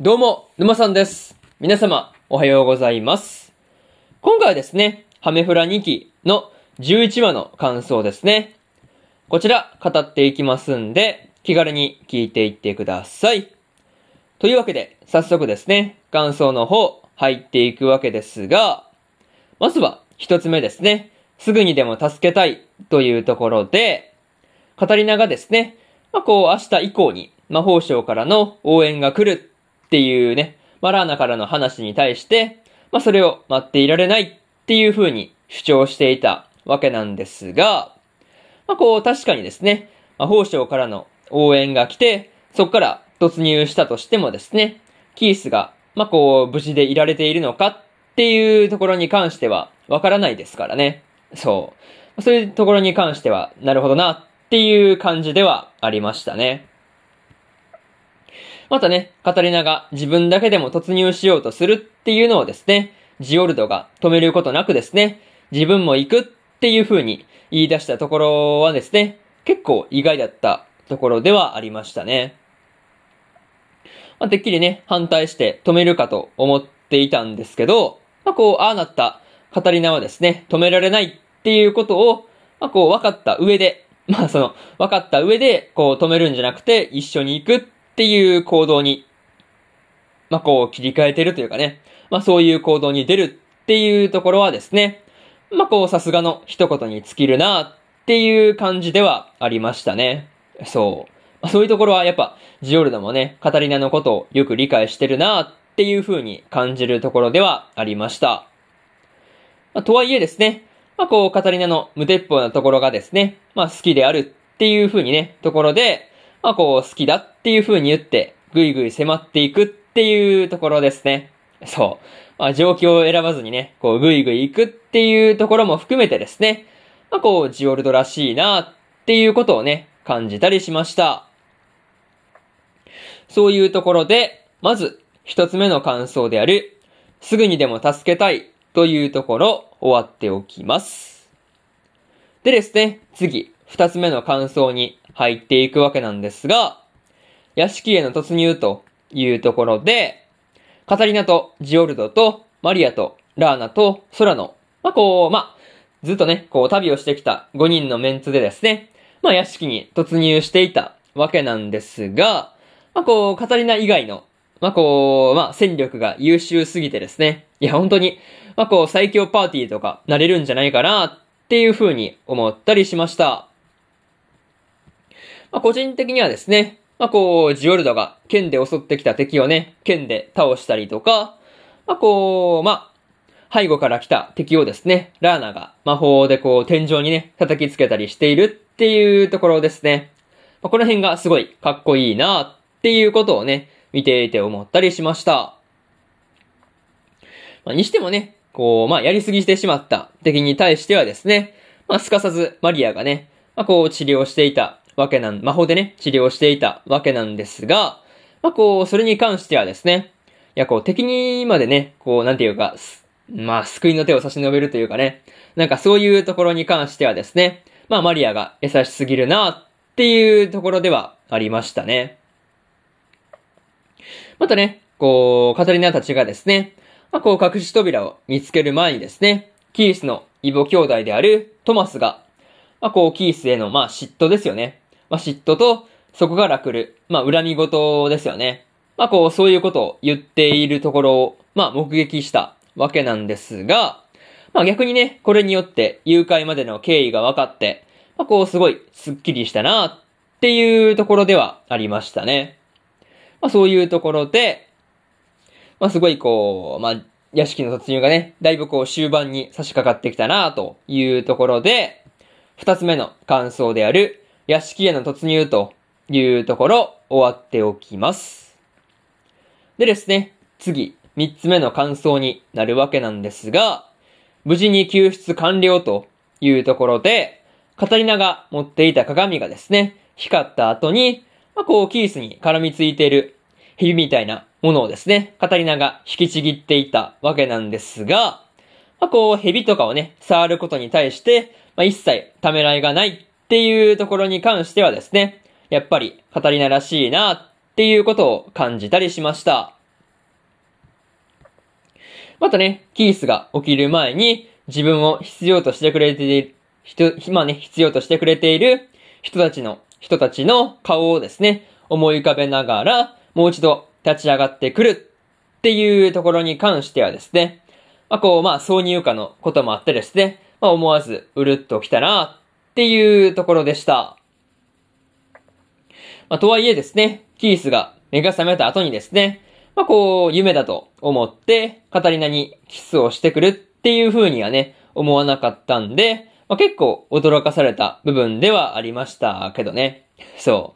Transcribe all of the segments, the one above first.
どうも、沼さんです。皆様、おはようございます。今回はですね、ハメフラ2期の11話の感想ですね。こちら、語っていきますんで、気軽に聞いていってください。というわけで、早速ですね、感想の方、入っていくわけですが、まずは、一つ目ですね、すぐにでも助けたいというところで、カタリナがですね、明日以降に魔法省からの応援が来るっていうね、ラーナからの話に対して、それを待っていられないっていう風に主張していたわけなんですが、確かにですね、魔法省からの応援が来て、そこから突入したとしてもですね、キースが、無事でいられているのかっていうところに関してはわからないですからね。そう。そういうところに関しては、なるほどなっていう感じではありましたね。またね、カタリナが自分だけでも突入しようとするっていうのをですね、ジオルドが止めることなくですね、自分も行くっていう風に言い出したところはですね、結構意外だったところではありましたね。てっきりね、反対して止めるかと思っていたんですけど、ああなったカタリナはですね、止められないっていうことを、分かった上で、分かった上で、止めるんじゃなくて、一緒に行くっていう行動に、切り替えてるというかね、そういう行動に出るっていうところはですね、さすがの一言に尽きるなっていう感じではありましたね。そう。そういうところはやっぱ、ジオルドもね、カタリナのことをよく理解してるなっていう風に感じるところではありました。とはいえですね、カタリナの無鉄砲なところがですね、好きであるっていう風にね、ところで、好きだっていう風に言って、ぐいぐい迫っていくっていうところですね。そう。状況を選ばずにね、ぐいぐい行くっていうところも含めてですね、ジオルドらしいなっていうことをね、感じたりしました。そういうところで、まず、一つ目の感想である、すぐにでも助けたいというところ、終わっておきます。でですね、次、二つ目の感想に入っていくわけなんですが、屋敷への突入というところで、カタリナとジオルドとマリアとラーナとソラノ、ずっとね、旅をしてきた5人のメンツでですね、屋敷に突入していたわけなんですが、カタリナ以外の、戦力が優秀すぎてですね、いや、本当に、最強パーティーとかなれるんじゃないかなっていう風に思ったりしました。個人的にはですね、ジオルドが剣で襲ってきた敵をね、剣で倒したりとか、背後から来た敵をですね、ラーナが魔法で天井にね、叩きつけたりしているっていうところですね。この辺がすごいかっこいいなっていうことをね、見ていて思ったりしました。にしてもね、やりすぎしてしまった敵に対してはですね、すかさずマリアがね、治療していたわけ魔法でね、治療していたわけなんですが、それに関してはですね、いや、敵にまでね、なんていうか、救いの手を差し伸べるというかね、そういうところに関してはですね、マリアが優しすぎるなっていうところではありましたね。またね、カタリナたちがですね、隠し扉を見つける前にですね、キースの異母兄弟であるトマスが、キースへの、嫉妬ですよね。嫉妬と、そこから来る、恨み事ですよね。そういうことを言っているところを、目撃したわけなんですが、逆にね、これによって誘拐までの経緯が分かって、すごいスッキリしたなっていうところではありましたね。そういうところで、すごい屋敷の突入がね、だいぶ終盤に差し掛かってきたなというところで、二つ目の感想である、屋敷への突入というところ、終わっておきます。でですね、次、三つ目の感想になるわけなんですが、無事に救出完了というところで、カタリナが持っていた鏡がですね、光った後に、キースに絡みついている蛇みたいなものをですね、カタリナが引きちぎっていたわけなんですが、蛇とかをね、触ることに対して、一切ためらいがないっていうところに関してはですね、やっぱりカタリナらしいなっていうことを感じたりしました。 またね、キースが起きる前に自分を必要としてくれている必要としてくれている人たちの顔をですね、思い浮かべながら、もう一度立ち上がってくるっていうところに関してはですね、挿入歌のこともあってですね、思わずうるっときたなっていうところでした。とはいえですね、キースが目が覚めた後にですね、夢だと思って、カタリナにキスをしてくるっていう風にはね、思わなかったんで、結構驚かされた部分ではありましたけどね。そう。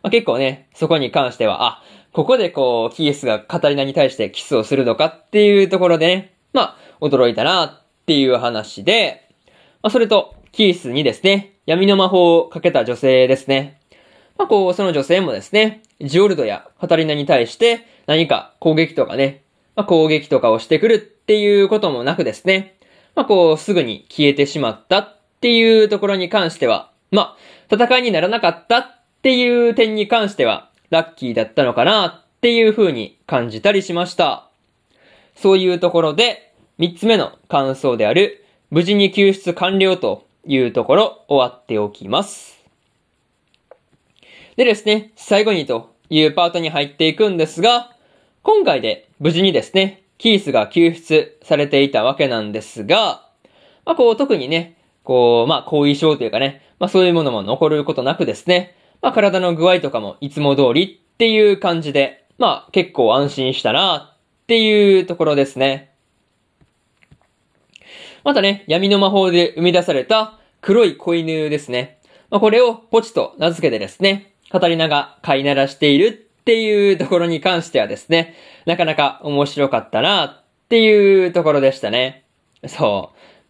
結構ね、そこに関しては、ここでキースがカタリナに対してキスをするのかっていうところでね、驚いたなっていう話で、それと、キースにですね、闇の魔法をかけた女性ですね。その女性もですね、ジオルドやカタリナに対して何か攻撃とかをしてくるっていうこともなくですね、すぐに消えてしまったっていうところに関しては、戦いにならなかったっていう点に関しては、ラッキーだったのかなっていう風に感じたりしました。そういうところで、3つ目の感想である、無事に救出完了というところ終わっておきます。でですね、最後にというパートに入っていくんですが、今回で無事にですね、キースが救出されていたわけなんですが、特にね、後遺症というかね、そういうものも残ることなくですね、体の具合とかもいつも通りっていう感じで、結構安心したなっていうところですね。またね、闇の魔法で生み出された黒い子犬ですね。これをポチと名付けてですね、カタリナが飼いならしているっていうところに関してはですね、なかなか面白かったなっていうところでしたね。そう。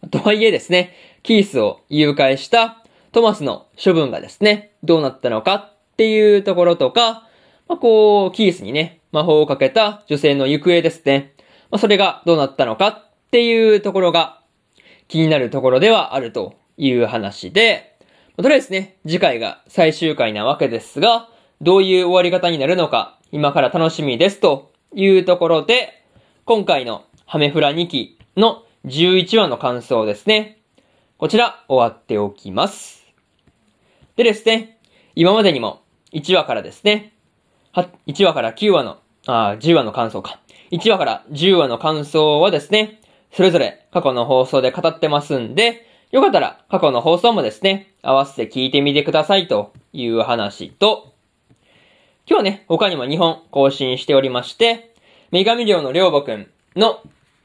とはいえですね、キースを誘拐したトマスの処分がですね、どうなったのかっていうところとか、キースにね、魔法をかけた女性の行方ですね。それがどうなったのかっていうところが気になるところではあるという話で、とりあえずね、次回が最終回なわけですが、どういう終わり方になるのか、今から楽しみですというところで、今回のハメフラ2期の11話の感想ですね。こちら終わっておきます。でですね、今までにも1話からですね、1話から9話の、10話の感想か。1話から10話の感想はですね、それぞれ過去の放送で語ってますんで、よかったら過去の放送もですね、合わせて聞いてみてくださいという話と、今日はね、他にも2本更新しておりまして、女神寮のりょうぼくんの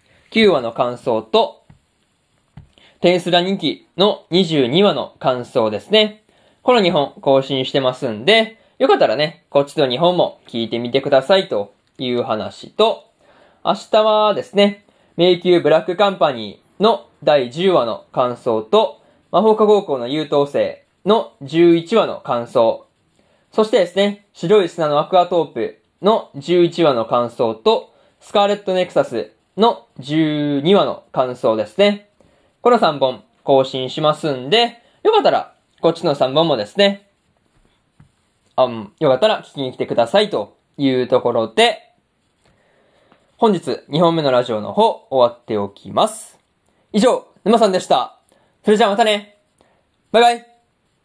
9話の感想と、テンスラ人気の22話の感想ですね。この2本更新してますんで、よかったらね、こっちの2本も聞いてみてくださいという話と、明日はですね、迷宮ブラックカンパニーの第10話の感想と、魔法科高校の優等生の11話の感想、そしてですね、白い砂のアクアトープの11話の感想と、スカーレットネクサスの12話の感想ですね。この3本更新しますんで、よかったらこっちの3本もですね、よかったら聞きに来てくださいというところで、本日2本目のラジオの方終わっておきます。以上、沼さんでした。それじゃあまたね。バイバイ。